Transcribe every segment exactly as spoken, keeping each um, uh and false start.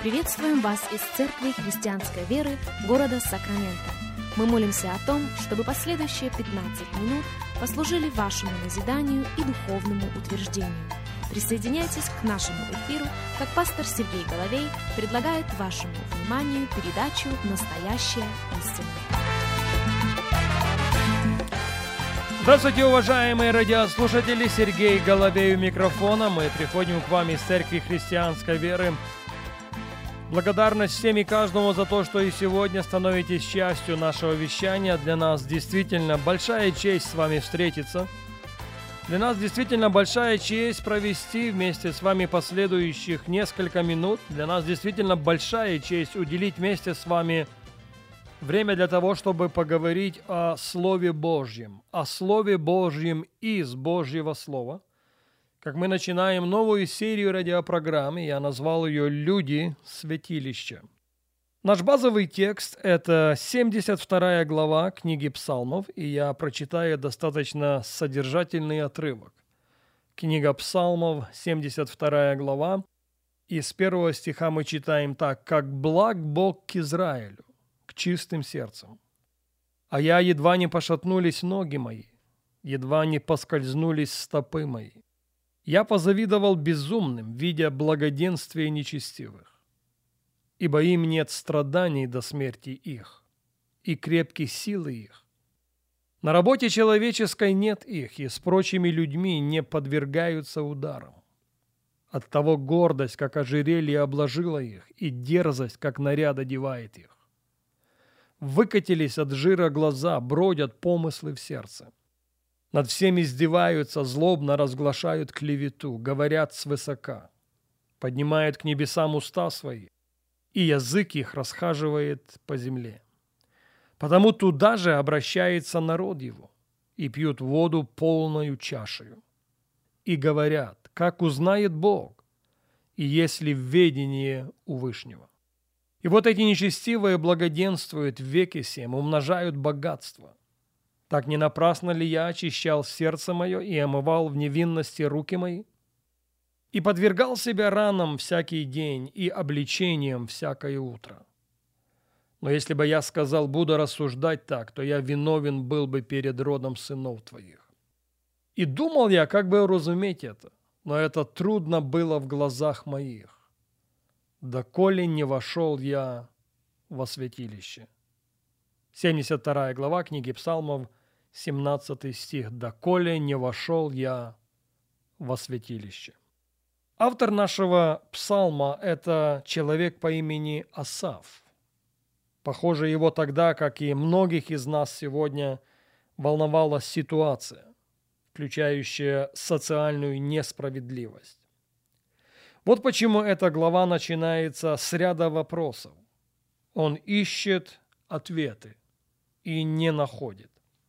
Приветствуем вас из Церкви Христианской Веры города Сакраменто. Мы молимся о том, чтобы последующие пятнадцать минут послужили вашему назиданию и духовному утверждению. Присоединяйтесь к нашему эфиру, как пастор Сергей Головей предлагает вашему вниманию передачу «Настоящая истина». Здравствуйте, уважаемые радиослушатели! Сергей Головей у микрофона. Мы приходим к вам из Церкви Христианской Веры. Благодарность всем и каждому за то, что и сегодня становитесь частью нашего вещания. Для нас действительно большая честь с вами встретиться. Для нас действительно большая честь провести вместе с вами последующих несколько минут. Для нас действительно большая честь уделить вместе с вами время для того, чтобы поговорить о Слове Божьем, о Слове Божьем из Божьего Слова. Как мы начинаем новую серию радиопрограммы, я назвал ее «Люди святилища». Наш базовый текст – это семьдесят вторая глава книги Псалмов, и я прочитаю достаточно содержательный отрывок. Книга Псалмов, семьдесят вторая глава, и с первого стиха мы читаем так: «Как благ Бог к Израилю, к чистым сердцем. А я едва не пошатнулись ноги мои, едва не поскользнулись стопы мои. Я позавидовал безумным, видя благоденствие нечестивых, ибо им нет страданий до смерти их, и крепкой силы их. На работе человеческой нет их, и с прочими людьми не подвергаются ударам. Оттого гордость, как ожерелье, обложила их, и дерзость, как наряд, одевает их. Выкатились от жира глаза, бродят помыслы в сердце. Над всеми издеваются, злобно разглашают клевету, говорят свысока, поднимают к небесам уста свои, и язык их расхаживает по земле. Потому туда же обращается народ его, и пьют воду полною чашею. И говорят, как узнает Бог, и есть ли введение у Вышнего. И вот эти нечестивые благоденствуют в веке сем, умножают богатство. Так не напрасно ли я очищал сердце мое и омывал в невинности руки мои? И подвергал себя ранам всякий день и обличениям всякое утро. Но если бы я сказал, буду рассуждать так, то я виновен был бы перед родом сынов твоих. И думал я, как бы уразуметь это, но это трудно было в глазах моих, доколе не вошел я во святилище». семьдесят вторая глава книги Псалмов, семнадцатый стих. «Доколе не вошел я во святилище». Автор нашего псалма – это человек по имени Асаф. Похоже, его тогда, как и многих из нас сегодня, волновала ситуация, включающая социальную несправедливость. Вот почему эта глава начинается с ряда вопросов. Он ищет ответы и не находит.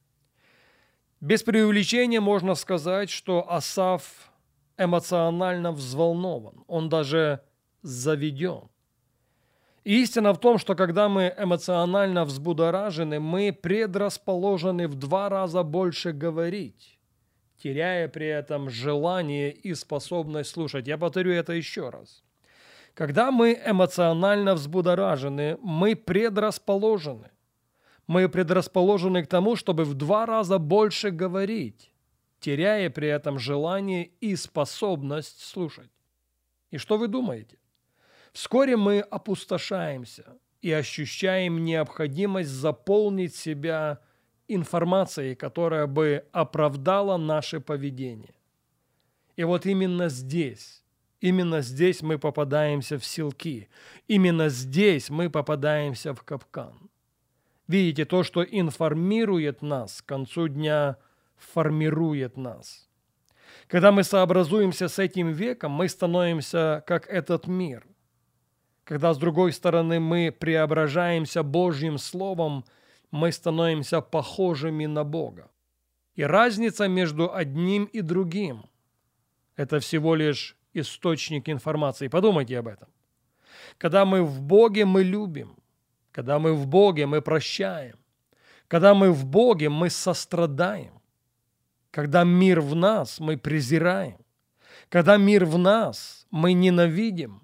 Без преувеличения можно сказать, что Асаф эмоционально взволнован, он даже заведен. И истина в том, что когда мы эмоционально взбудоражены, мы предрасположены в два раза больше говорить, теряя при этом желание и способность слушать. Я повторю это еще раз. Когда мы эмоционально взбудоражены, мы предрасположены. Мы предрасположены к тому, чтобы в два раза больше говорить, теряя при этом желание и способность слушать. И что вы думаете? Вскоре мы опустошаемся и ощущаем необходимость заполнить себя информацией, которая бы оправдала наше поведение. И вот именно здесь, именно здесь мы попадаемся в силки, именно здесь мы попадаемся в капкан. Видите, то, что информирует нас, к концу дня формирует нас. Когда мы сообразуемся с этим веком, мы становимся как этот мир. Когда, с другой стороны, мы преображаемся Божьим Словом, мы становимся похожими на Бога. И разница между одним и другим – это всего лишь источник информации. Подумайте об этом. Когда мы в Боге, мы любим. Когда мы в Боге, мы прощаем. Когда мы в Боге, мы сострадаем. Когда мир в нас, мы презираем. Когда мир в нас, мы ненавидим.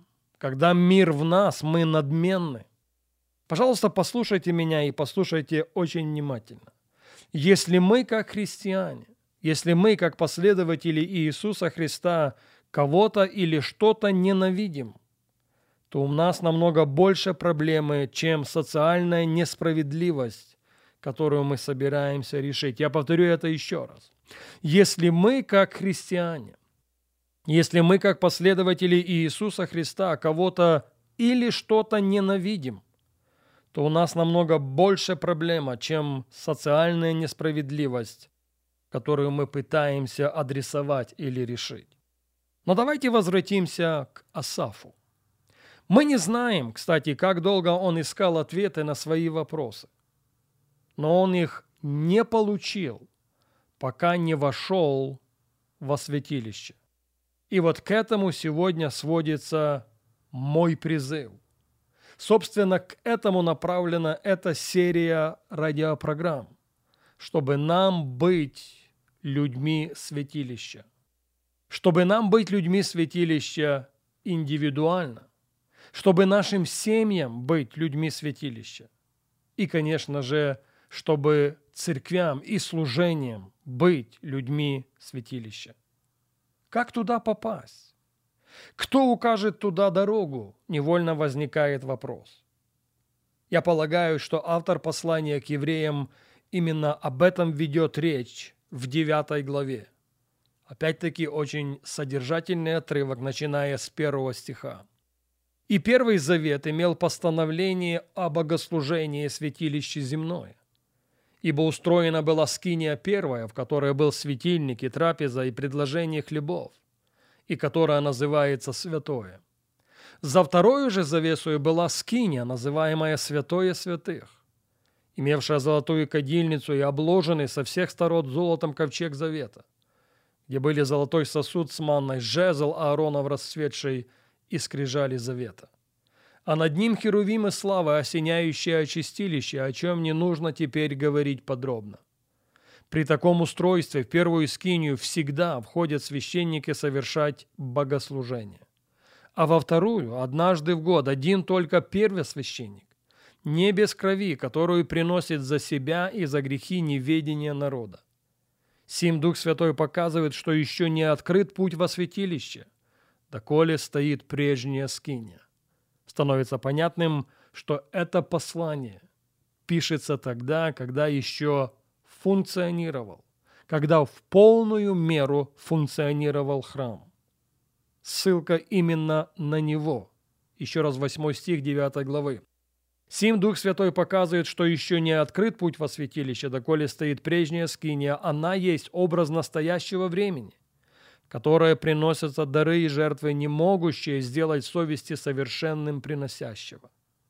когда мир в нас, мы надменны. Пожалуйста, послушайте меня и послушайте очень внимательно. Если мы, как христиане, если мы, как последователи Иисуса Христа, кого-то или что-то ненавидим, то у нас намного больше проблемы, чем социальная несправедливость, которую мы собираемся решить. Я повторю это еще раз. Если мы, как христиане, если мы, как последователи Иисуса Христа, кого-то или что-то ненавидим, то у нас намного больше проблема, чем социальная несправедливость, которую мы пытаемся адресовать или решить. Но давайте возвратимся к Асафу. Мы не знаем, кстати, как долго он искал ответы на свои вопросы, но он их не получил, пока не вошел во святилище. И вот к этому сегодня сводится мой призыв. Собственно, к этому направлена эта серия радиопрограмм, чтобы нам быть людьми святилища. Чтобы нам быть людьми святилища индивидуально, чтобы нашим семьям быть людьми святилища. И, конечно же, чтобы церквям и служениям быть людьми святилища. Как туда попасть? Кто укажет туда дорогу? Невольно возникает вопрос. Я полагаю, что автор послания к евреям именно об этом ведет речь в девятой главе. Опять-таки очень содержательный отрывок, начиная с первого стиха. «И Первый Завет имел постановление о богослужении святилище земное. Ибо устроена была скиния первая, в которой был светильник и трапеза и предложение хлебов, и которая называется святое. За вторую же завесою была скиния, называемая святое святых, имевшая золотую кадильницу и обложенный со всех сторон золотом ковчег завета, где были золотой сосуд с манной, жезл Ааронов расцветший и скрижали завета. А над ним херувимы славы, осеняющие очистилище, о чем не нужно теперь говорить подробно. При таком устройстве в первую скинию всегда входят священники совершать богослужение. А во вторую однажды в год один только первосвященник, не без крови, которую приносит за себя и за грехи неведения народа. Сим Дух Святой показывает, что еще не открыт путь во святилище, доколе стоит прежняя скиния. Становится понятным, что это послание пишется тогда, когда еще функционировал, когда в полную меру функционировал храм. Ссылка именно на него. Еще раз восьмой стих девятой главы. «Сим Дух Святой показывает, что еще не открыт путь во святилище, доколе стоит прежняя скиния. Она есть образ настоящего времени, которое приносятся дары и жертвы, не могущие сделать совести совершенным приносящего,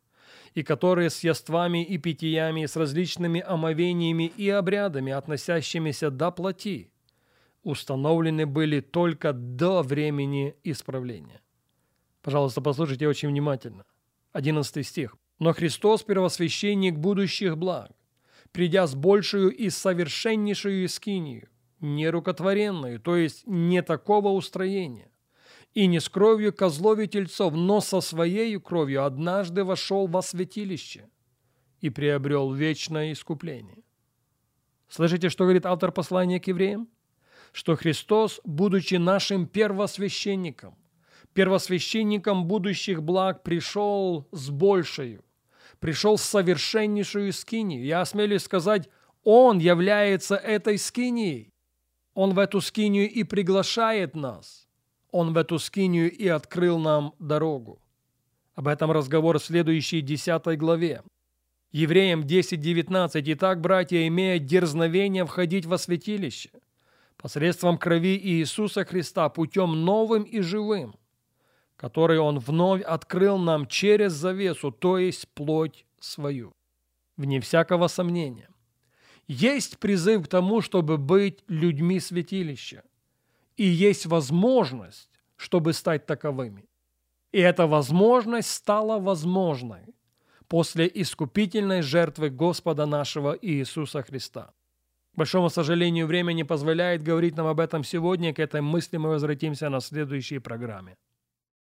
и которые с яствами и питьями, с различными омовениями и обрядами, относящимися до плоти, установлены были только до времени исправления». Пожалуйста, послушайте очень внимательно. одиннадцатый стих. «Но Христос, первосвященник будущих благ, придя с большую и совершеннейшую скинию, нерукотворенную, то есть не такого устроения, и не с кровью козлов и тельцов, но со своей кровью однажды вошел во святилище и приобрел вечное искупление». Слышите, что говорит автор послания к евреям? Что Христос, будучи нашим первосвященником, первосвященником будущих благ, пришел с большею, пришел с совершеннейшую скинию. Я осмелюсь сказать, Он является этой скинией. Он в эту скинию и приглашает нас. Он в эту скинию и открыл нам дорогу. Об этом разговор в следующей десятой главе. Евреям десять девятнадцать. «Итак, братья, имея дерзновение входить во святилище, посредством крови Иисуса Христа, путем новым и живым, который Он вновь открыл нам через завесу, то есть плоть свою». Вне всякого сомнения. Есть призыв к тому, чтобы быть людьми святилища. И есть возможность, чтобы стать таковыми. И эта возможность стала возможной после искупительной жертвы Господа нашего Иисуса Христа. К большому сожалению, время не позволяет говорить нам об этом сегодня. К этой мысли мы возвратимся на следующей программе.